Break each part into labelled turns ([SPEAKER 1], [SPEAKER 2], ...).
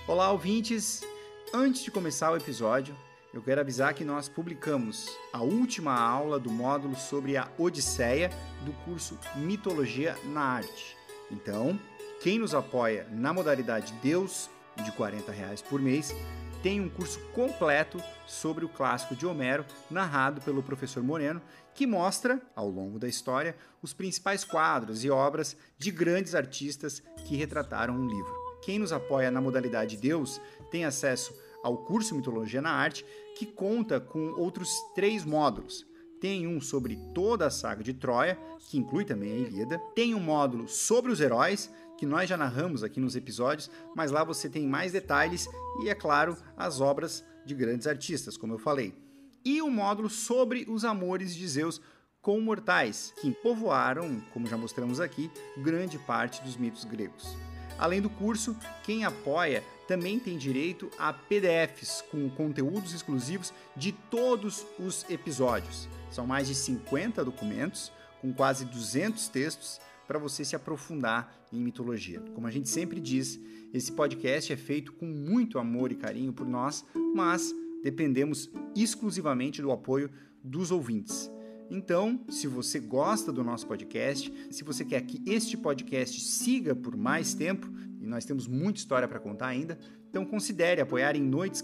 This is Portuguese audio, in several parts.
[SPEAKER 1] Olá, ouvintes! Antes de começar o episódio, eu quero avisar que nós publicamos a última aula do módulo sobre a Odisseia do curso Mitologia na Arte. Então, quem nos apoia na modalidade Deus, de R$ 40 por mês, tem um curso completo sobre o clássico de Homero, narrado pelo professor Moreno, que mostra, ao longo da história, os principais quadros e obras de grandes artistas que retrataram um livro. Quem nos apoia na modalidade Deus tem acesso ao curso Mitologia na Arte, que conta com outros 3 módulos. Tem um sobre toda a saga de Troia, que inclui também a Ilíada. Tem um módulo sobre os heróis, que nós já narramos aqui nos episódios, mas lá você tem mais detalhes e, é claro, as obras de grandes artistas, como eu falei. E um módulo sobre os amores de Zeus com mortais, que povoaram, como já mostramos aqui, grande parte dos mitos gregos. Além do curso, quem apoia também tem direito a PDFs com conteúdos exclusivos de todos os episódios. São mais de 50 documentos, com quase 200 textos, para você se aprofundar em mitologia. Como a gente sempre diz, esse podcast é feito com muito amor e carinho por nós, mas dependemos exclusivamente do apoio dos ouvintes. Então, se você gosta do nosso podcast, se você quer que este podcast siga por mais tempo, e nós temos muita história para contar ainda, então considere apoiar em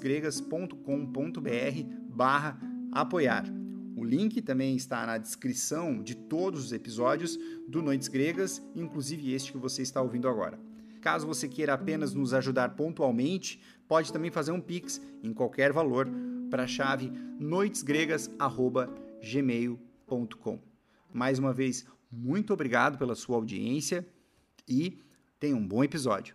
[SPEAKER 1] noitesgregas.com.br/apoiar. O link também está na descrição de todos os episódios do Noites Gregas, inclusive este que você está ouvindo agora. Caso você queira apenas nos ajudar pontualmente, pode também fazer um Pix em qualquer valor para a chave noitesgregas@gmail.com. Mais uma vez, muito obrigado pela sua audiência e tenha um bom episódio.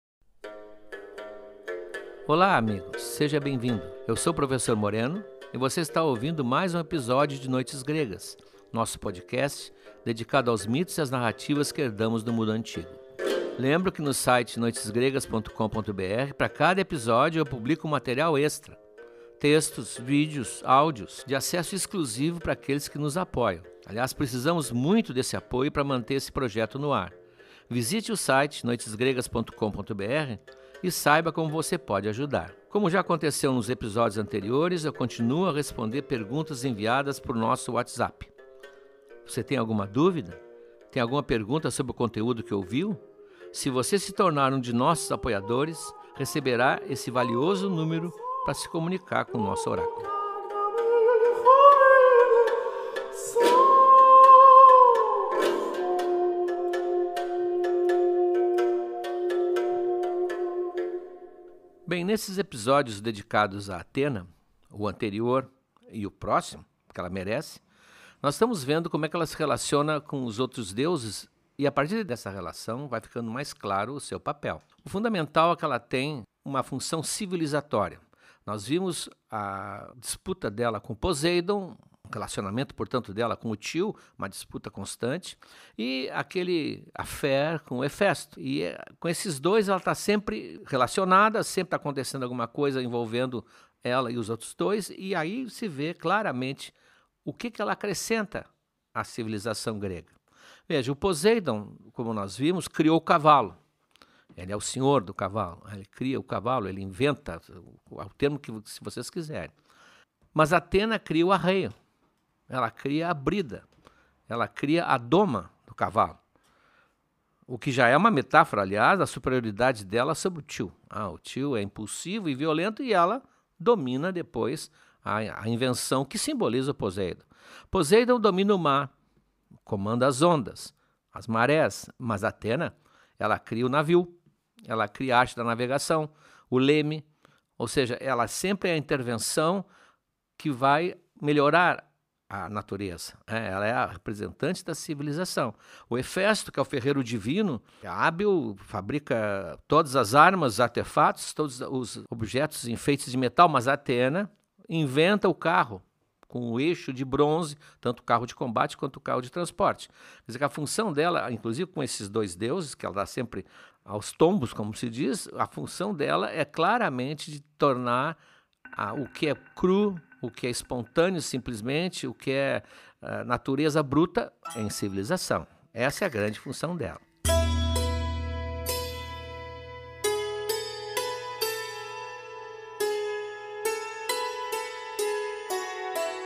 [SPEAKER 2] Olá, amigos, seja bem-vindo. Eu sou o professor Moreno e você está ouvindo mais um episódio de Noites Gregas, nosso podcast dedicado aos mitos e às narrativas que herdamos do mundo antigo. Lembro que no site noitesgregas.com.br, para cada episódio eu publico um material extra. Textos, vídeos, áudios, de acesso exclusivo para aqueles que nos apoiam. Aliás, precisamos muito desse apoio para manter esse projeto no ar. Visite o site noitesgregas.com.br e saiba como você pode ajudar. Como já aconteceu nos episódios anteriores, eu continuo a responder perguntas enviadas por nosso WhatsApp. Você tem alguma dúvida? Tem alguma pergunta sobre o conteúdo que ouviu? Se você se tornar um de nossos apoiadores, receberá esse valioso número para se comunicar com o nosso oráculo. Bem, nesses episódios dedicados a Atena, o anterior e o próximo, que ela merece, nós estamos vendo como é que ela se relaciona com os outros deuses e a partir dessa relação vai ficando mais claro o seu papel. O fundamental é que ela tem uma função civilizatória. Nós vimos a disputa dela com Poseidon, o relacionamento, portanto, dela com o tio, uma disputa constante, e aquele affair com o Hefesto. E com esses dois ela está sempre relacionada, sempre está acontecendo alguma coisa envolvendo ela e os outros dois, e aí se vê claramente o que ela acrescenta à civilização grega. Veja, o Poseidon, como nós vimos, criou o cavalo. Ele é o senhor do cavalo, ele cria o cavalo, ele inventa o termo que se vocês quiserem. Mas Atena cria o arreio, ela cria a brida, ela cria a doma do cavalo. O que já é uma metáfora, aliás, da superioridade dela sobre o tio. O tio é impulsivo e violento e ela domina depois a invenção que simboliza o Poseidon. Poseidon domina o mar, comanda as ondas, as marés, mas Atena, ela cria o navio, ela cria a arte da navegação, o leme, ou seja, ela sempre é a intervenção que vai melhorar a natureza. Ela é a representante da civilização. O Hefesto, que é o ferreiro divino, é hábil, fabrica todas as armas, artefatos, todos os objetos enfeites de metal, mas Atena inventa o carro com o eixo de bronze, tanto o carro de combate quanto o carro de transporte. Quer dizer que a função dela, inclusive com esses dois deuses, que ela dá sempre aos tombos, como se diz, a função dela é claramente de tornar o que é cru, o que é espontâneo simplesmente, o que é natureza bruta em civilização. Essa é a grande função dela.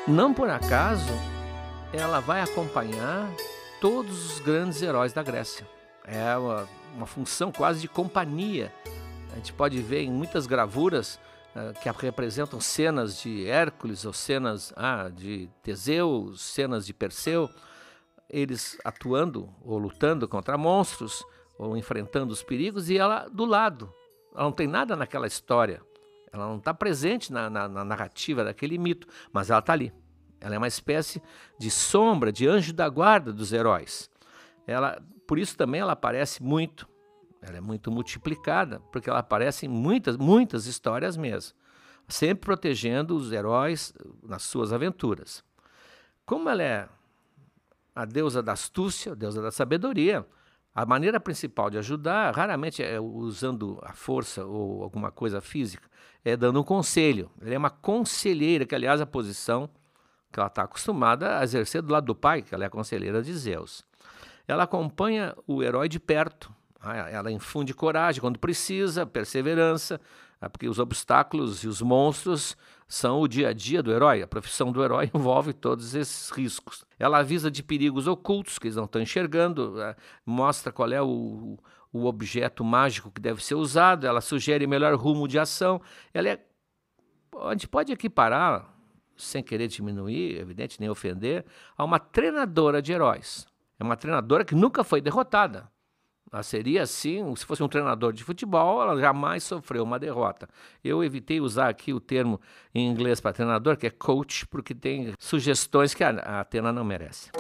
[SPEAKER 2] Não por acaso, ela vai acompanhar todos os grandes heróis da Grécia. É uma função quase de companhia. A gente pode ver em muitas gravuras que representam cenas de Hércules ou cenas de Teseu, cenas de Perseu, eles atuando ou lutando contra monstros ou enfrentando os perigos, e ela do lado. Ela não tem nada naquela história, ela não está presente na narrativa daquele mito, mas ela está ali. Ela é uma espécie de sombra, de anjo da guarda dos heróis. Por isso também ela aparece muito. Ela é muito multiplicada, porque ela aparece em muitas histórias mesmo, sempre protegendo os heróis nas suas aventuras. Como ela é a deusa da astúcia, a deusa da sabedoria, a maneira principal de ajudar, raramente é usando a força ou alguma coisa física, é dando um conselho. Ela é uma conselheira, que aliás a posição que ela está acostumada a exercer do lado do pai, que ela é a conselheira de Zeus. Ela acompanha o herói de perto. Ela infunde coragem quando precisa, perseverança, porque os obstáculos e os monstros são o dia a dia do herói. A profissão do herói envolve todos esses riscos. Ela avisa de perigos ocultos que eles não estão enxergando, mostra qual é o objeto mágico que deve ser usado, ela sugere melhor rumo de ação. A gente pode equiparar, sem querer diminuir, evidente, nem ofender, a uma treinadora de heróis. É uma treinadora que nunca foi derrotada. Ela seria assim, se fosse um treinador de futebol, ela jamais sofreu uma derrota. Eu evitei usar aqui o termo em inglês para treinador, que é coach, porque tem sugestões que a Atena não merece.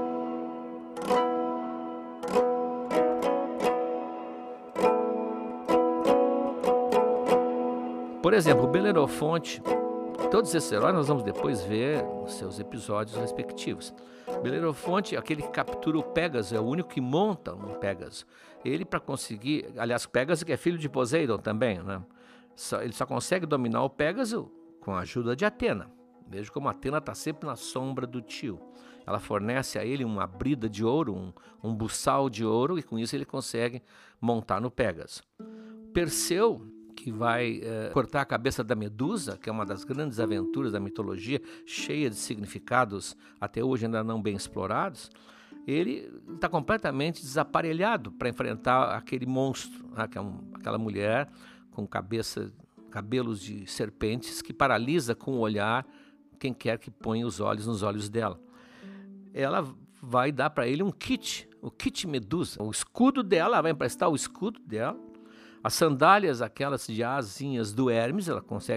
[SPEAKER 2] Por exemplo, o Belerofonte, todos esses heróis nós vamos depois ver nos seus episódios respectivos. Belerofonte, aquele que captura o Pégaso, é o único que monta um Pégaso. Ele, para conseguir, aliás, Pégaso que é filho de Poseidon também, né? Ele só consegue dominar o Pégaso com a ajuda de Atena. Veja como Atena está sempre na sombra do tio. Ela fornece a ele uma brida de ouro, um buçal de ouro, e com isso ele consegue montar no Pégaso. Perseu, que vai cortar a cabeça da Medusa, que é uma das grandes aventuras da mitologia, cheia de significados até hoje ainda não bem explorados, ele está completamente desaparelhado para enfrentar aquele monstro, que é aquela mulher com cabelos de serpentes que paralisa com o olhar quem quer que ponha os olhos nos olhos dela. Ela vai dar para ele um kit, o kit Medusa, o escudo dela, ela vai emprestar o escudo dela. As sandálias, aquelas de asinhas do Hermes,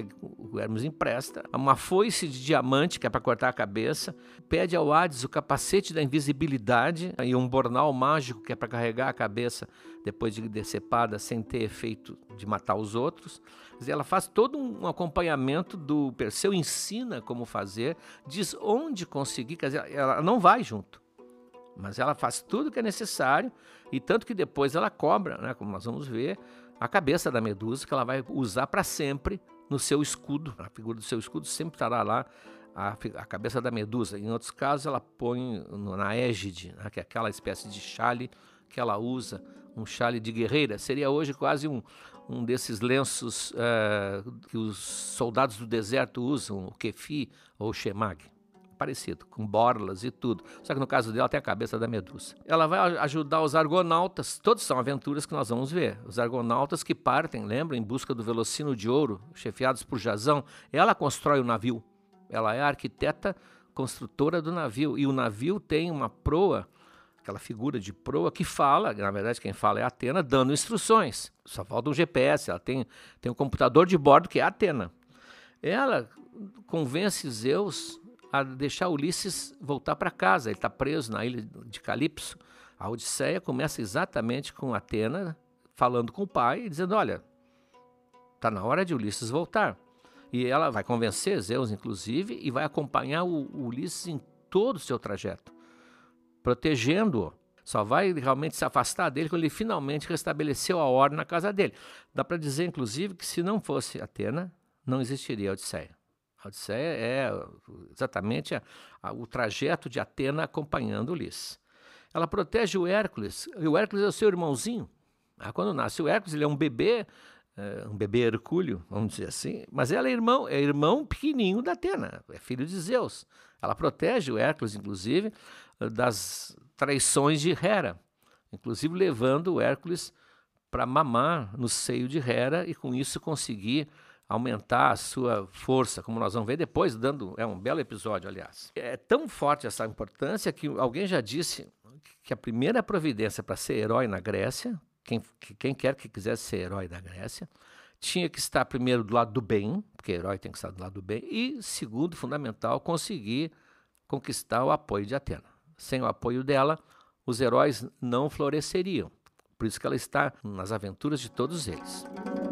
[SPEAKER 2] o Hermes empresta. Uma foice de diamante, que é para cortar a cabeça. Pede ao Hades o capacete da invisibilidade e um bornal mágico, que é para carregar a cabeça depois de decepada, sem ter efeito de matar os outros. Quer dizer, ela faz todo um acompanhamento do Perseu, ensina como fazer, diz onde conseguir. Quer dizer, ela não vai junto, mas ela faz tudo o que é necessário, e tanto que depois ela cobra, né, como nós vamos ver, a cabeça da Medusa, que ela vai usar para sempre no seu escudo. A figura do seu escudo sempre estará lá, a cabeça da Medusa. Em outros casos, ela põe na égide, né, que é aquela espécie de chale que ela usa, um chale de guerreira. Seria hoje quase um desses lenços que os soldados do deserto usam, o kefi ou o shemag. Parecido, com borlas e tudo. Só que no caso dela tem a cabeça da Medusa. Ela vai ajudar os argonautas, todos são aventuras que nós vamos ver. Os argonautas que partem, lembra, em busca do Velocino de Ouro, chefiados por Jasão. Ela constrói o navio. Ela é a arquiteta construtora do navio. E o navio tem uma proa, aquela figura de proa que fala, na verdade quem fala é a Atena, dando instruções. Só falta um GPS, ela tem um computador de bordo que é a Atena. Ela convence Zeus a deixar Ulisses voltar para casa. Ele está preso na ilha de Calipso. A Odisseia começa exatamente com Atena falando com o pai e dizendo, olha, está na hora de Ulisses voltar. E ela vai convencer Zeus, inclusive, e vai acompanhar o Ulisses em todo o seu trajeto, protegendo-o. Só vai realmente se afastar dele quando ele finalmente restabeleceu a ordem na casa dele. Dá para dizer, inclusive, que se não fosse Atena, não existiria a Odisseia. A Odisseia é exatamente o trajeto de Atena acompanhando Ulisses. Ela protege o Hércules, e o Hércules é o seu irmãozinho. Quando nasce o Hércules, ele é um bebê um bebê hercúleo, vamos dizer assim, mas ela é irmão pequenininho da Atena, é filho de Zeus. Ela protege o Hércules, inclusive, das traições de Hera, inclusive levando o Hércules para mamar no seio de Hera e com isso conseguir aumentar a sua força, como nós vamos ver depois, é um belo episódio, aliás. É tão forte essa importância que alguém já disse que a primeira providência para ser herói na Grécia, quem quer que quisesse ser herói da Grécia, tinha que estar primeiro do lado do bem, porque herói tem que estar do lado do bem, e segundo, fundamental, conseguir conquistar o apoio de Atena. Sem o apoio dela, os heróis não floresceriam. Por isso que ela está nas aventuras de todos eles.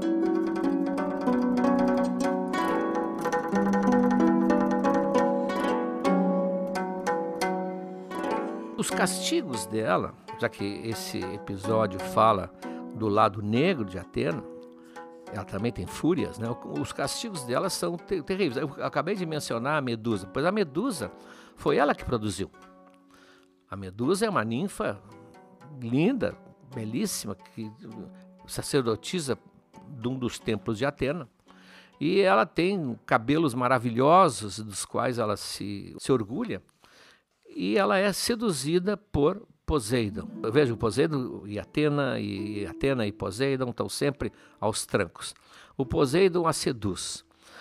[SPEAKER 2] Os castigos dela, já que esse episódio fala do lado negro de Atena, ela também tem fúrias, né? Os castigos dela são terríveis. Eu acabei de mencionar a Medusa, pois a Medusa foi ela que produziu. A Medusa é uma ninfa linda, belíssima, que sacerdotisa de um dos templos de Atena. E ela tem cabelos maravilhosos, dos quais ela se orgulha. E ela é seduzida por Poseidon. Veja, o Poseidon e Atena e Poseidon estão sempre aos trancos. O Poseidon a seduz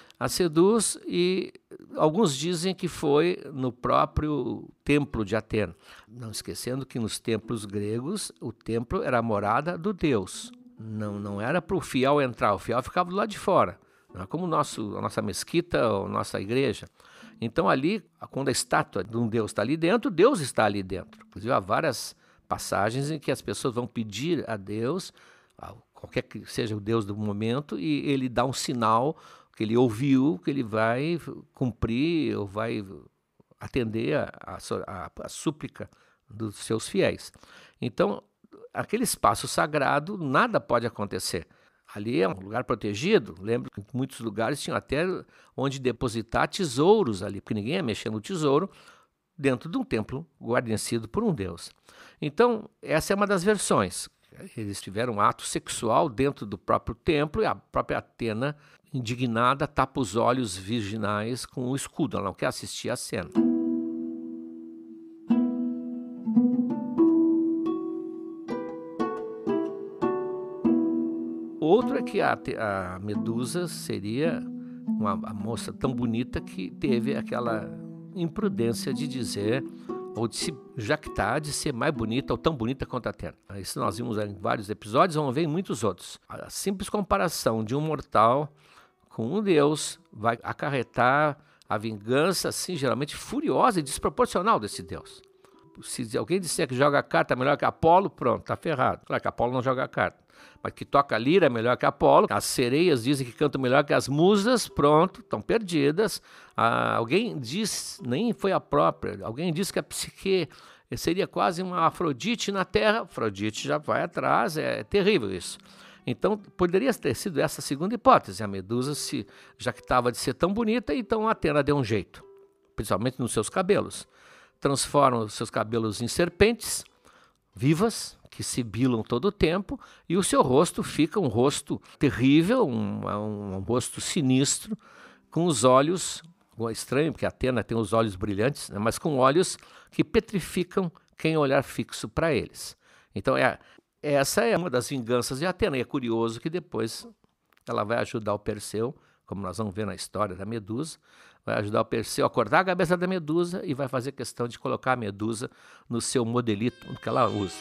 [SPEAKER 2] e alguns dizem que foi no próprio templo de Atena. Não esquecendo que nos templos gregos o templo era a morada do deus. Não era para o fiel entrar, o fiel ficava do lado de fora. Não é como a nossa mesquita ou nossa igreja. Então ali, quando a estátua de um deus está ali dentro, Deus está ali dentro. Inclusive há várias passagens em que as pessoas vão pedir a Deus, qualquer que seja o Deus do momento, e ele dá um sinal que ele ouviu, que ele vai cumprir ou vai atender a súplica dos seus fiéis. Então, aquele espaço sagrado, nada pode acontecer. Ali é um lugar protegido. Lembro que muitos lugares tinham até onde depositar tesouros ali, porque ninguém ia mexer no tesouro dentro de um templo guarnecido por um deus. Então, essa é uma das versões. Eles tiveram um ato sexual dentro do próprio templo e a própria Atena, indignada, tapa os olhos virginais com o escudo. Ela não quer assistir à cena. Outro é que a Medusa seria uma moça tão bonita que teve aquela imprudência de dizer, ou de se jactar de ser mais bonita ou tão bonita quanto a Atena. Isso nós vimos em vários episódios, vamos ver em muitos outros. A simples comparação de um mortal com um deus vai acarretar a vingança, assim, geralmente furiosa e desproporcional desse deus. Se alguém disser que joga carta melhor que Apolo, pronto, está ferrado. Claro que Apolo não joga carta. Mas que toca lira é melhor que Apolo, as sereias dizem que cantam melhor que as musas, pronto, estão perdidas. Alguém diz, nem foi a própria, alguém diz que a Psique seria quase uma Afrodite na Terra, Afrodite já vai atrás, é terrível isso. Então, poderia ter sido essa a segunda hipótese, a Medusa se jactava de ser tão bonita, então a Atena deu um jeito, principalmente nos seus cabelos. Transforma os seus cabelos em serpentes vivas, que sibilam todo o tempo, e o seu rosto fica um rosto terrível, um rosto sinistro, com os olhos, estranho, porque a Atena tem os olhos brilhantes, né, mas com olhos que petrificam quem olhar fixo para eles. Então, essa é uma das vinganças de Atena, e é curioso que depois ela vai ajudar o Perseu, como nós vamos ver na história da Medusa, vai ajudar o Perseu a cortar a cabeça da Medusa e vai fazer questão de colocar a Medusa no seu modelito que ela usa.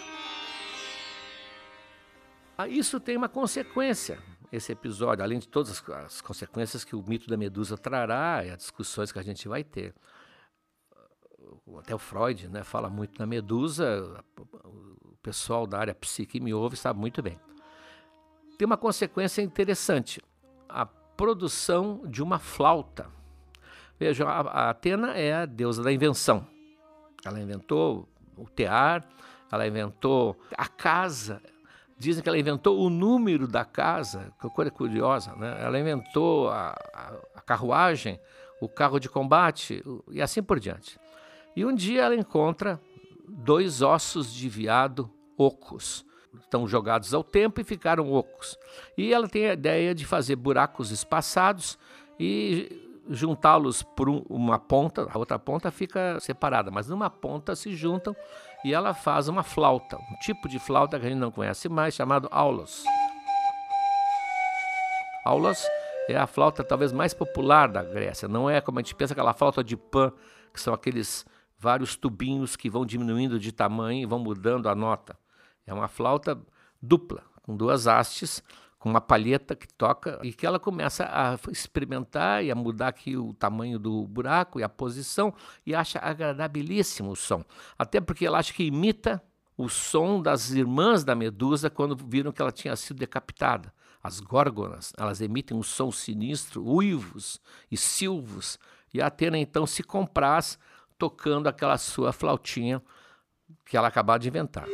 [SPEAKER 2] Isso tem uma consequência, esse episódio, além de todas as consequências que o mito da Medusa trará e as discussões que a gente vai ter. Até o Freud, né, fala muito na Medusa, o pessoal da área psique me ouve sabe muito bem. Tem uma consequência interessante, a produção de uma flauta. Vejam, a Atena é a deusa da invenção. Ela inventou o tear, ela inventou a casa. Dizem que ela inventou o número da casa, que coisa curiosa, né? Ela inventou a carruagem, o carro de combate e assim por diante. E um dia ela encontra 2 ossos de veado ocos. estão jogados ao tempo e ficaram ocos. E ela tem a ideia de fazer buracos espaçados e juntá-los por uma ponta, a outra ponta fica separada, mas numa ponta se juntam e ela faz uma flauta, um tipo de flauta que a gente não conhece mais, chamado aulos. Aulos é a flauta talvez mais popular da Grécia, não é como a gente pensa aquela flauta de Pan, que são aqueles vários tubinhos que vão diminuindo de tamanho e vão mudando a nota. É uma flauta dupla, com 2 hastes, com uma palheta que toca e que ela começa a experimentar e a mudar aqui o tamanho do buraco e a posição e acha agradabilíssimo o som. Até porque ela acha que imita o som das irmãs da Medusa quando viram que ela tinha sido decapitada. As górgonas, elas emitem um som sinistro, uivos e silvos. E a Atena então se compraz tocando aquela sua flautinha que ela acabou de inventar.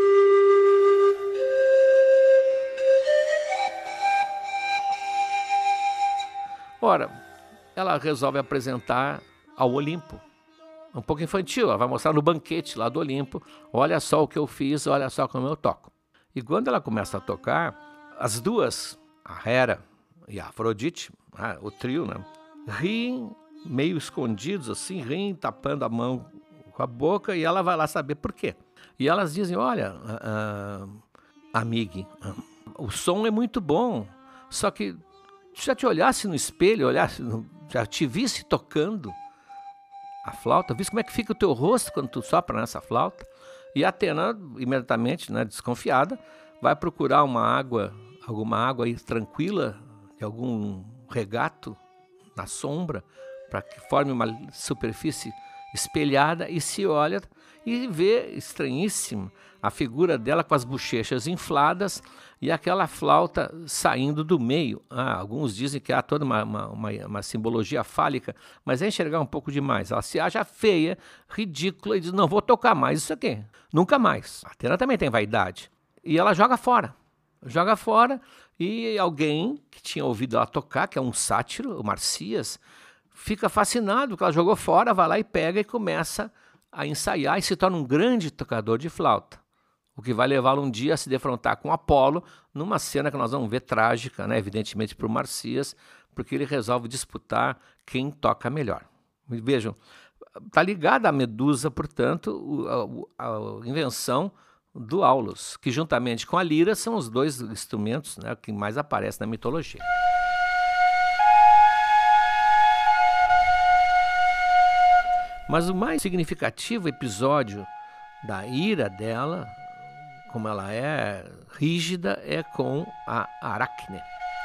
[SPEAKER 2] Ora, ela resolve apresentar ao Olimpo. Um pouco infantil, ela vai mostrar no banquete lá do Olimpo. Olha só o que eu fiz, olha só como eu toco. E quando ela começa a tocar, as duas, a Hera e a Afrodite, o trio, né, riem meio escondidos assim, riem tapando a mão com a boca e ela vai lá saber por quê. E elas dizem, olha, amigue, o som é muito bom, só que se já te olhasse no espelho, já te visse tocando a flauta, visse como é que fica o teu rosto quando tu sopra nessa flauta. E a Atena, imediatamente, né, desconfiada, vai procurar alguma água aí tranquila, de algum regato na sombra, para que forme uma superfície espelhada e se olha e vê estranhíssimo a figura dela com as bochechas infladas e aquela flauta saindo do meio. Alguns dizem que há toda uma simbologia fálica, mas é enxergar um pouco demais. Ela se acha feia, ridícula e diz, não vou tocar mais isso aqui, nunca mais. A Atena também tem vaidade. E ela joga fora e alguém que tinha ouvido ela tocar, que é um sátiro, o Marcias, fica fascinado porque ela jogou fora, vai lá e pega e começa a ensaiar e se torna um grande tocador de flauta. O que vai levá-lo um dia a se defrontar com Apolo numa cena que nós vamos ver trágica, né? Evidentemente para o Marcias, porque ele resolve disputar quem toca melhor. Vejam, está ligada à Medusa, portanto, a invenção do aulos, que juntamente com a lira são os 2 instrumentos, né, que mais aparecem na mitologia. Mas o mais significativo episódio da ira dela, como ela é rígida, é com a Aracne.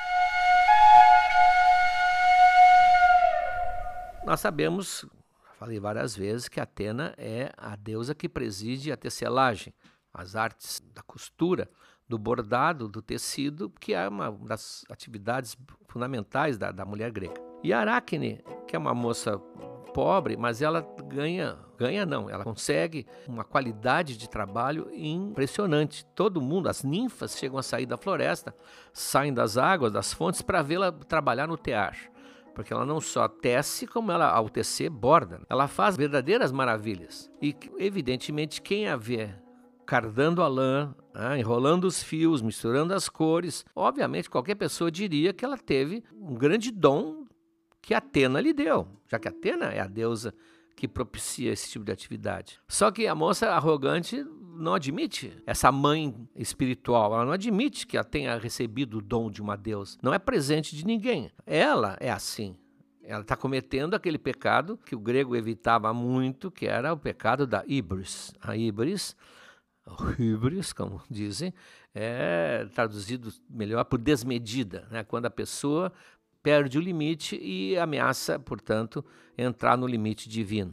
[SPEAKER 2] Nós sabemos, falei várias vezes, que Atena é a deusa que preside a tecelagem, as artes da costura, do bordado, do tecido, que é uma das atividades fundamentais da mulher grega. E a Aracne, que é uma moça pobre, mas ela ela consegue uma qualidade de trabalho impressionante. Todo mundo, as ninfas chegam a sair da floresta, saem das águas, das fontes, para vê-la trabalhar no tear. Porque ela não só tece, como ela, ao tecer, borda. Ela faz verdadeiras maravilhas. E, evidentemente, quem a vê cardando a lã, enrolando os fios, misturando as cores, obviamente qualquer pessoa diria que ela teve um grande dom que Atena lhe deu, já que Atena é a deusa que propicia esse tipo de atividade. Só que a moça arrogante não admite essa mãe espiritual, ela não admite que ela tenha recebido o dom de uma deusa. Não é presente de ninguém. Ela é assim. Ela está cometendo aquele pecado que o grego evitava muito, que era o pecado da híbris. A híbris, como dizem, é traduzido melhor por desmedida, né? Quando a pessoa perde o limite e ameaça, portanto, entrar no limite divino.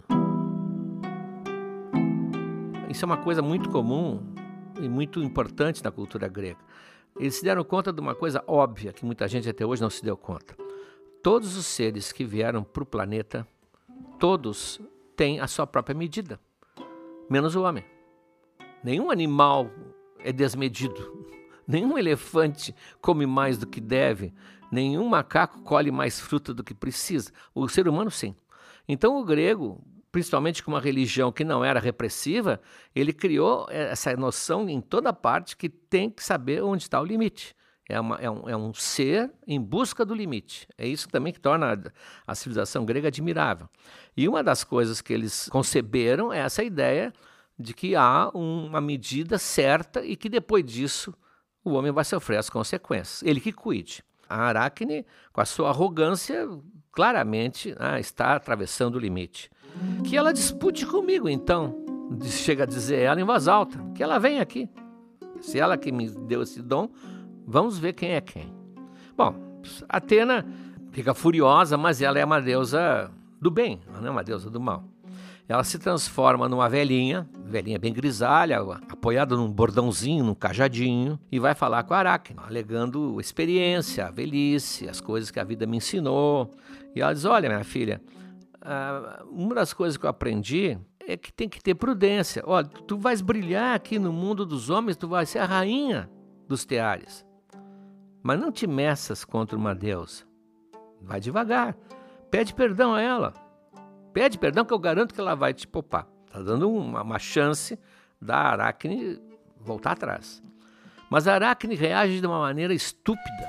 [SPEAKER 2] Isso é uma coisa muito comum e muito importante na cultura grega. Eles se deram conta de uma coisa óbvia, que muita gente até hoje não se deu conta. Todos os seres que vieram para o planeta, todos têm a sua própria medida, menos o homem. Nenhum animal é desmedido, nenhum elefante come mais do que deve, nenhum macaco colhe mais fruta do que precisa. O ser humano, sim. Então, o grego principalmente com uma religião que não era repressiva, ele criou essa noção em toda parte que tem que saber onde está o limite. É um ser em busca do limite. É isso também que torna a civilização grega admirável. E uma das coisas que eles conceberam é essa ideia de que há uma medida certa e que depois disso o homem vai sofrer as consequências. Ele que cuide. A Aracne, com a sua arrogância, claramente está atravessando o limite. Que ela dispute comigo, então, chega a dizer ela em voz alta, que ela venha aqui. Se ela que me deu esse dom, vamos ver quem é quem. Bom, Atena fica furiosa, mas ela é uma deusa do bem, ela não é uma deusa do mal. Ela se transforma numa velhinha bem grisalha, apoiada num bordãozinho, num cajadinho, e vai falar com a Aracne, alegando experiência, a velhice, as coisas que a vida me ensinou. E ela diz, olha, minha filha, uma das coisas que eu aprendi é que tem que ter prudência. Olha, tu vais brilhar aqui no mundo dos homens, tu vais ser a rainha dos teares. Mas não te meças contra uma deusa. Vai devagar. Pede perdão a ela. Pede perdão que eu garanto que ela vai te poupar. Está dando uma chance da Aracne voltar atrás. Mas a Aracne reage de uma maneira estúpida.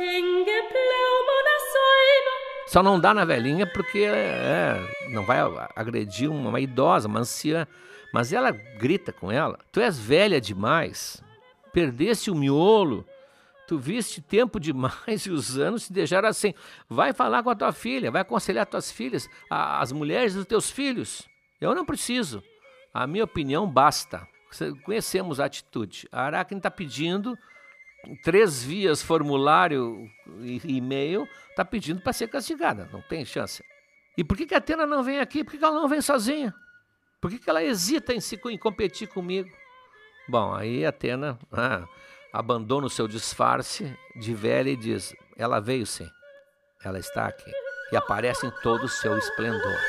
[SPEAKER 2] Só não dá na velhinha porque não vai agredir uma idosa, uma anciã. Mas ela grita com ela. Tu és velha demais. Perdeste o miolo. Tu viste tempo demais e os anos se deixaram assim. Vai falar com a tua filha, vai aconselhar tuas filhas, as mulheres dos teus filhos. Eu não preciso. A minha opinião basta. Conhecemos a atitude. A Aracne está pedindo 3 vias, formulário e e-mail, está pedindo para ser castigada. Não tem chance. E por que a Atena não vem aqui? Por que ela não vem sozinha? Por que ela hesita em competir comigo? Bom, aí a Atena abandona o seu disfarce de velha e diz, ela veio sim, ela está aqui. E aparece em todo o seu esplendor.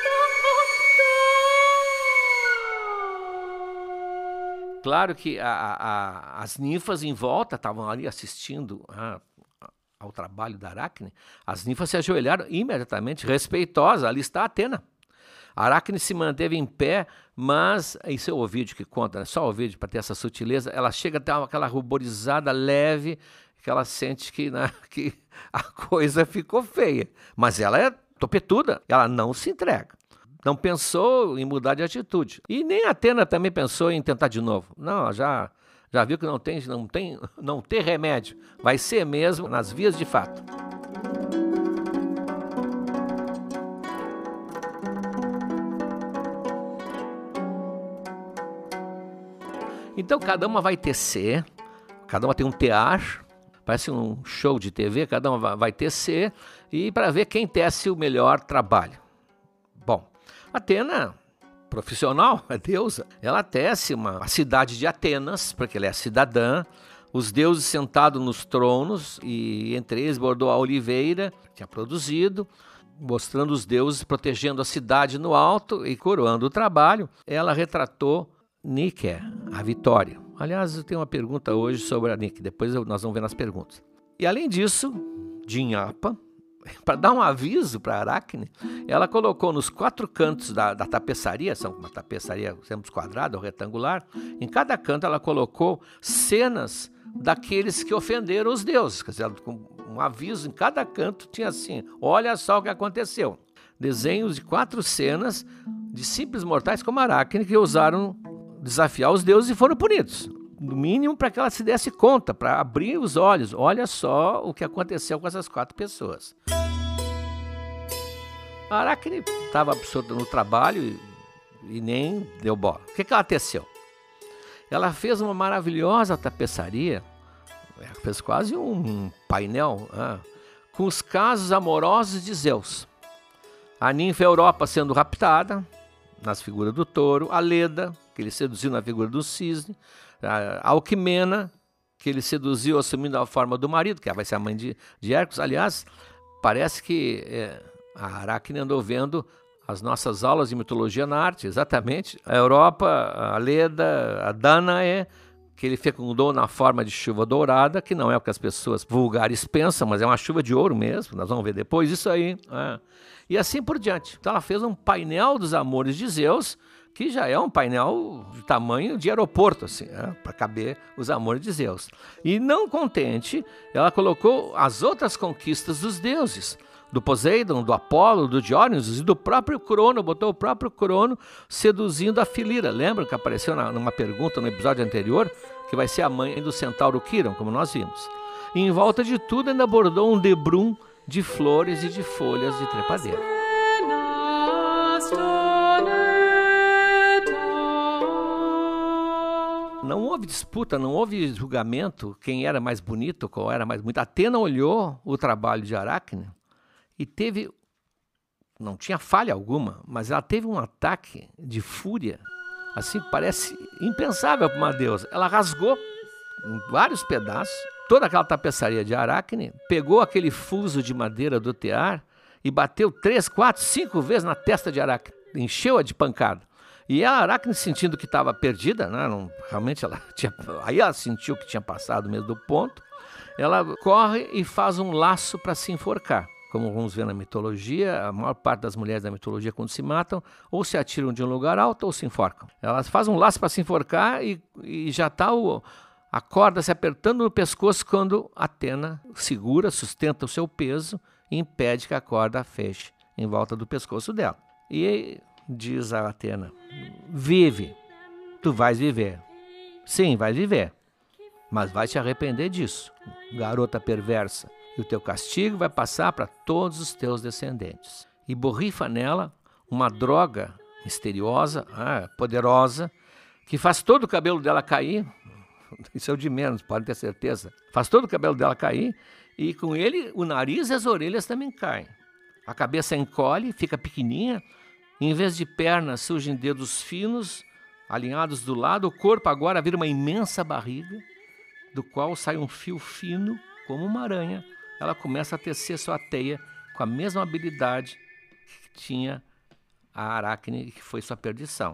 [SPEAKER 2] Claro que as ninfas em volta estavam ali assistindo ao trabalho da Aracne. As ninfas se ajoelharam imediatamente, respeitosas. Ali está a Atena. A Aracne se manteve em pé, mas, isso é o Ovídio que conta, né? Só o Ovídio para ter essa sutileza, ela chega a ter aquela ruborizada leve, que ela sente que a coisa ficou feia. Mas ela é topetuda, ela não se entrega. Não pensou em mudar de atitude. E nem a Atena também pensou em tentar de novo. Não, já viu que não tem remédio. Vai ser mesmo nas vias de fato. Então cada uma vai tecer, cada uma tem um tear, parece um show de TV, cada uma vai tecer e para ver quem tece o melhor trabalho. Bom, Atena, profissional, é deusa, ela tece a cidade de Atenas, porque ela é cidadã, os deuses sentados nos tronos e entre eles bordou a oliveira, que tinha produzido, mostrando os deuses protegendo a cidade no alto e coroando o trabalho. Ela retratou Nike, a vitória. Aliás, eu tenho uma pergunta hoje sobre a Nike, depois nós vamos ver nas perguntas. E além disso, Dinhapa, para dar um aviso para Aracne, ela colocou nos 4 cantos da tapeçaria, são uma tapeçaria sempre quadrada ou retangular, em cada canto ela colocou cenas daqueles que ofenderam os deuses. Quer dizer, com um aviso em cada canto tinha assim, olha só o que aconteceu. Desenhos de 4 cenas de simples mortais como Aracne que ousaram desafiar os deuses e foram punidos. No mínimo para que ela se desse conta, para abrir os olhos. Olha só o que aconteceu com essas 4 pessoas. A Aracne estava absorta no trabalho e nem deu bola. O que ela teceu? Ela fez uma maravilhosa tapeçaria, fez quase um painel, com os casos amorosos de Zeus. A ninfa Europa sendo raptada, nas figuras do touro, a Leda, que ele seduziu na figura do cisne, a Alquimena, que ele seduziu assumindo a forma do marido, que vai ser a mãe de Hércules. Aliás, parece que a Aracne andou vendo as nossas aulas de mitologia na arte, exatamente. A Europa, a Leda, a Danae, que ele fecundou na forma de chuva dourada, que não é o que as pessoas vulgares pensam, mas é uma chuva de ouro mesmo, nós vamos ver depois isso aí. E assim por diante. Então ela fez um painel dos amores de Zeus, que já é um painel de tamanho de aeroporto, assim, para caber os amores de Zeus. E não contente, ela colocou as outras conquistas dos deuses, do Poseidon, do Apolo, do Diónisos e do próprio Crono, botou o próprio Crono seduzindo a Filira. Lembra que apareceu numa pergunta no episódio anterior, que vai ser a mãe do centauro Quirón, como nós vimos. E em volta de tudo ainda bordou um debrum de flores e de folhas de trepadeira. Não houve disputa, não houve julgamento quem era mais bonito, qual era mais bonito. Atena olhou o trabalho de Aracne e teve, não tinha falha alguma, mas ela teve um ataque de fúria, assim que parece impensável para uma deusa. Ela rasgou em vários pedaços toda aquela tapeçaria de Aracne, pegou aquele fuso de madeira do tear e bateu 3, 4, 5 vezes na testa de Aracne, encheu-a de pancada. E a Aracne, sentindo que estava perdida, né? Realmente aí ela sentiu que tinha passado mesmo do ponto, ela corre e faz um laço para se enforcar. Como vamos ver na mitologia, a maior parte das mulheres da mitologia, quando se matam, ou se atiram de um lugar alto ou se enforcam. Elas fazem um laço para se enforcar e já está a corda se apertando no pescoço quando Atena segura, sustenta o seu peso e impede que a corda feche em volta do pescoço dela. E diz a Atena: vive, tu vais viver. Sim, vais viver, mas vai te arrepender disso, garota perversa. E o teu castigo vai passar para todos os teus descendentes. E borrifa nela uma droga misteriosa, poderosa, que faz todo o cabelo dela cair. Isso é o de menos, pode ter certeza. Faz todo o cabelo dela cair e com ele o nariz e as orelhas também caem. A cabeça encolhe, fica pequenininha. Em vez de pernas surgem dedos finos, alinhados do lado. O corpo agora vira uma imensa barriga, do qual sai um fio fino, como uma aranha. Ela começa a tecer sua teia com a mesma habilidade que tinha a Aracne, que foi sua perdição.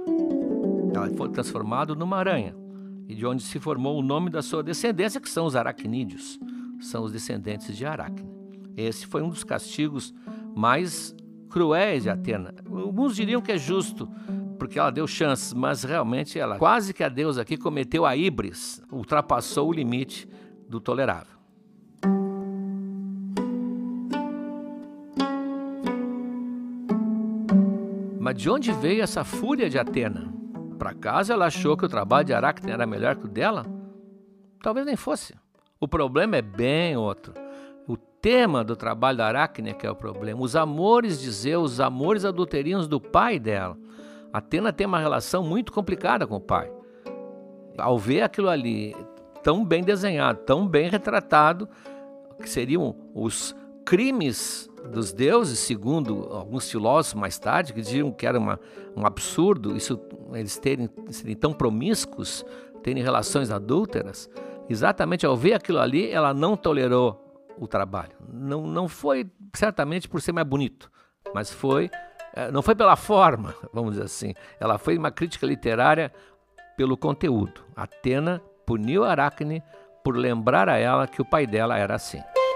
[SPEAKER 2] Ela foi transformada numa aranha, e de onde se formou o nome da sua descendência, que são os aracnídeos, são os descendentes de Aracne. Esse foi um dos castigos mais cruéis de Atena. Alguns diriam que é justo, porque ela deu chances, mas realmente ela, quase que a deusa aqui, cometeu a híbris, ultrapassou o limite do tolerável. Mas de onde veio essa fúria de Atena? Por acaso ela achou que o trabalho de Aracne era melhor que o dela? Talvez nem fosse. O problema é bem outro. O tema do trabalho da Aracne é que é o problema. Os amores de Zeus, os amores adulterinos do pai dela. Atena tem uma relação muito complicada com o pai. Ao ver aquilo ali tão bem desenhado, tão bem retratado, que seriam os crimes dos deuses, segundo alguns filósofos mais tarde, que diziam que era um absurdo eles serem tão promíscuos, terem relações adúlteras. Exatamente ao ver aquilo ali, ela não tolerou o trabalho. Não foi certamente por ser mais bonito, mas não foi pela forma, vamos dizer assim. Ela foi uma crítica literária pelo conteúdo. Atena puniu Aracne por lembrar a ela que o pai dela era assim.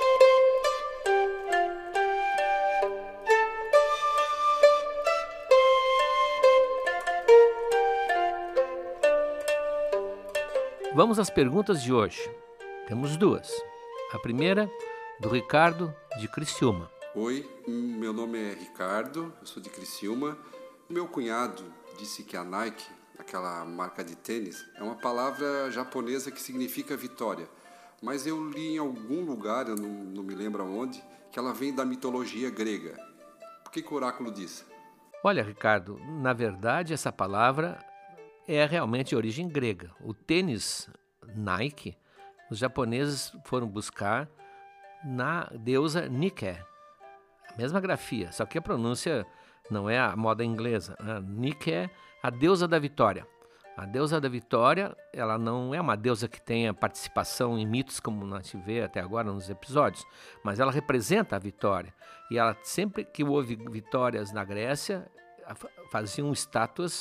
[SPEAKER 2] Vamos às perguntas de hoje. Temos duas. A primeira, do Ricardo, de Criciúma.
[SPEAKER 3] Oi, meu nome é Ricardo, eu sou de Criciúma. Meu cunhado disse que a Nike, aquela marca de tênis, é uma palavra japonesa que significa vitória. Mas eu li em algum lugar, eu não me lembro aonde, que ela vem da mitologia grega. Por que o oráculo diz?
[SPEAKER 2] Olha, Ricardo, na verdade essa palavra é realmente de origem grega. O tênis Nike, os japoneses foram buscar na deusa Nike. A mesma grafia, só que a pronúncia não é a moda inglesa. Nike é a deusa da vitória. A deusa da vitória, ela não é uma deusa que tenha participação em mitos como nós tivemos até agora nos episódios, mas ela representa a vitória. E ela, sempre que houve vitórias na Grécia, faziam estátuas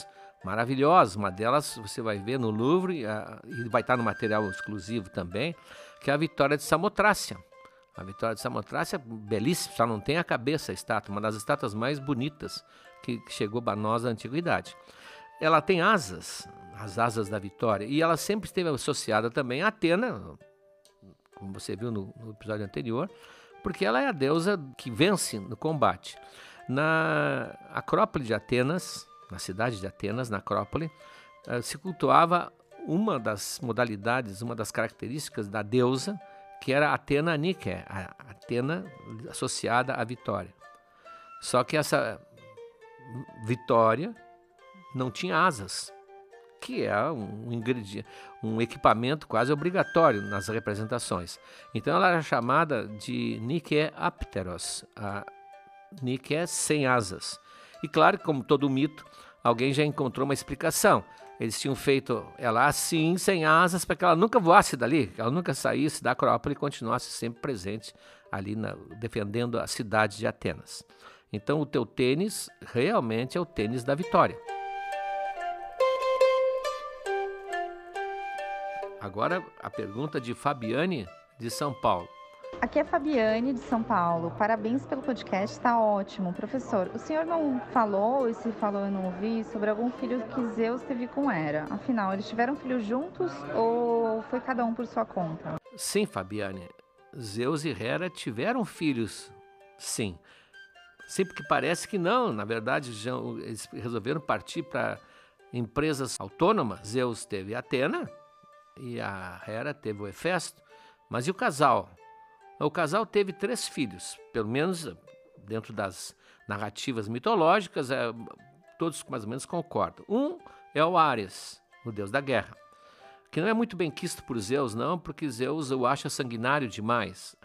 [SPEAKER 2] maravilhosas. Uma delas você vai ver no Louvre, e vai estar no material exclusivo também, que é a Vitória de Samotrácia. A Vitória de Samotrácia, belíssima, só não tem a cabeça a estátua, uma das estátuas mais bonitas que chegou a nós da antiguidade. Ela tem asas, as asas da Vitória, e ela sempre esteve associada também a Atena, como você viu no episódio anterior, porque ela é a deusa que vence no combate. Na Acrópole de Atenas, na cidade de Atenas, na Acrópole, se cultuava uma das modalidades, uma das características da deusa, que era Atena Nike, a Atena associada à vitória. Só que essa vitória não tinha asas, que é um ingrediente, um equipamento quase obrigatório nas representações. Então ela era chamada de Nike Apteros, a Nike sem asas. E claro que, como todo mito, alguém já encontrou uma explicação. Eles tinham feito ela assim, sem asas, para que ela nunca voasse dali, que ela nunca saísse da Acrópole e continuasse sempre presente ali defendendo a cidade de Atenas. Então o teu tênis realmente é o tênis da vitória. Agora a pergunta de Fabiane, de São Paulo.
[SPEAKER 4] Aqui é Fabiane, de São Paulo. Parabéns pelo podcast, está ótimo. Professor, o senhor não falou, e se falou eu não ouvi, sobre algum filho que Zeus teve com Hera. Afinal, eles tiveram filhos juntos ou foi cada um por sua conta?
[SPEAKER 2] Sim, Fabiane. Zeus e Hera tiveram filhos, sim. Sempre que parece que não. Na verdade, eles resolveram partir para empresas autônomas. Zeus teve Atena e a Hera teve o Hefesto. Mas e o casal? O casal teve 3 filhos, pelo menos dentro das narrativas mitológicas, todos mais ou menos concordam. Um é o Ares, o deus da guerra, que não é muito bem quisto por Zeus, não, porque Zeus o acha sanguinário demais.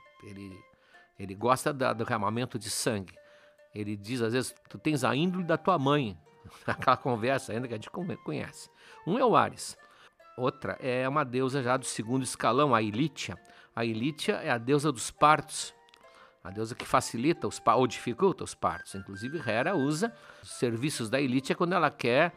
[SPEAKER 2] Ele gosta do derramamento de sangue. Ele diz, às vezes, tu tens a índole da tua mãe. Aquela conversa ainda que a gente conhece. Um é o Ares. Outra é uma deusa já do segundo escalão, a Ilítia. A Ilítia é a deusa dos partos, a deusa que facilita ou dificulta os partos. Inclusive, Hera usa os serviços da Ilítia quando ela quer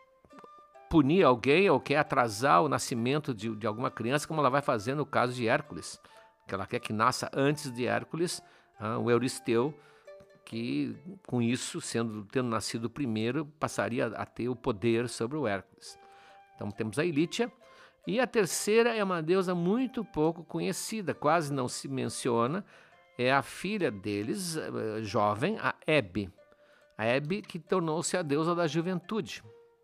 [SPEAKER 2] punir alguém ou quer atrasar o nascimento de alguma criança, como ela vai fazer no caso de Hércules, que ela quer que nasça antes de Hércules, o Euristeu, que com isso, tendo nascido primeiro, passaria a ter o poder sobre o Hércules. Então temos a Ilítia. E a terceira é uma deusa muito pouco conhecida, quase não se menciona, é a filha deles, jovem, a Hebe. A Hebe que tornou-se a deusa da juventude.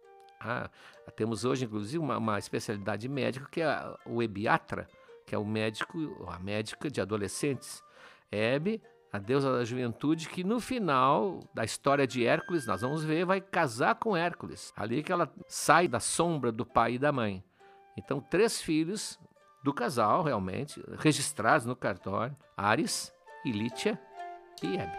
[SPEAKER 2] Temos hoje, inclusive, uma especialidade médica que é o ebiatra, que é o médico, a médica de adolescentes. Hebe, a deusa da juventude, que no final da história de Hércules, nós vamos ver, vai casar com Hércules. Ali que ela sai da sombra do pai e da mãe. Então, 3 filhos do casal, realmente, registrados no cartório: Ares, Ilítia e Hebe.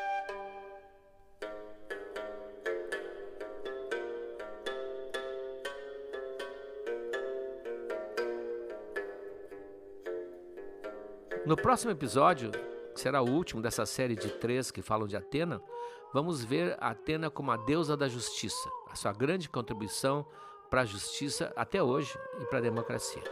[SPEAKER 2] No próximo episódio, que será o último dessa série de 3 que falam de Atena, vamos ver a Atena como a deusa da justiça, a sua grande contribuição para a justiça até hoje e para a democracia.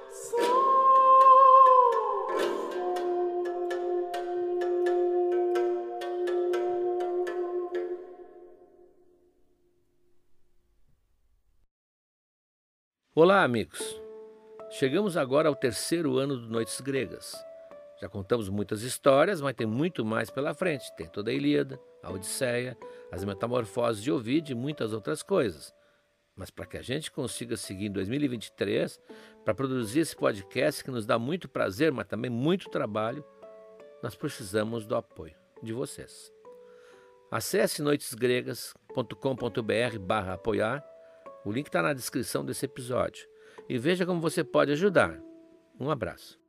[SPEAKER 2] Olá, amigos! Chegamos agora ao 3º ano do Noites Gregas. Já contamos muitas histórias, mas tem muito mais pela frente. Tem toda a Ilíada, a Odisseia, as Metamorfoses de Ovídio e muitas outras coisas. Mas para que a gente consiga seguir em 2023, para produzir esse podcast que nos dá muito prazer, mas também muito trabalho, nós precisamos do apoio de vocês. Acesse noitesgregas.com.br/apoiar, o link está na descrição desse episódio, e veja como você pode ajudar. Um abraço.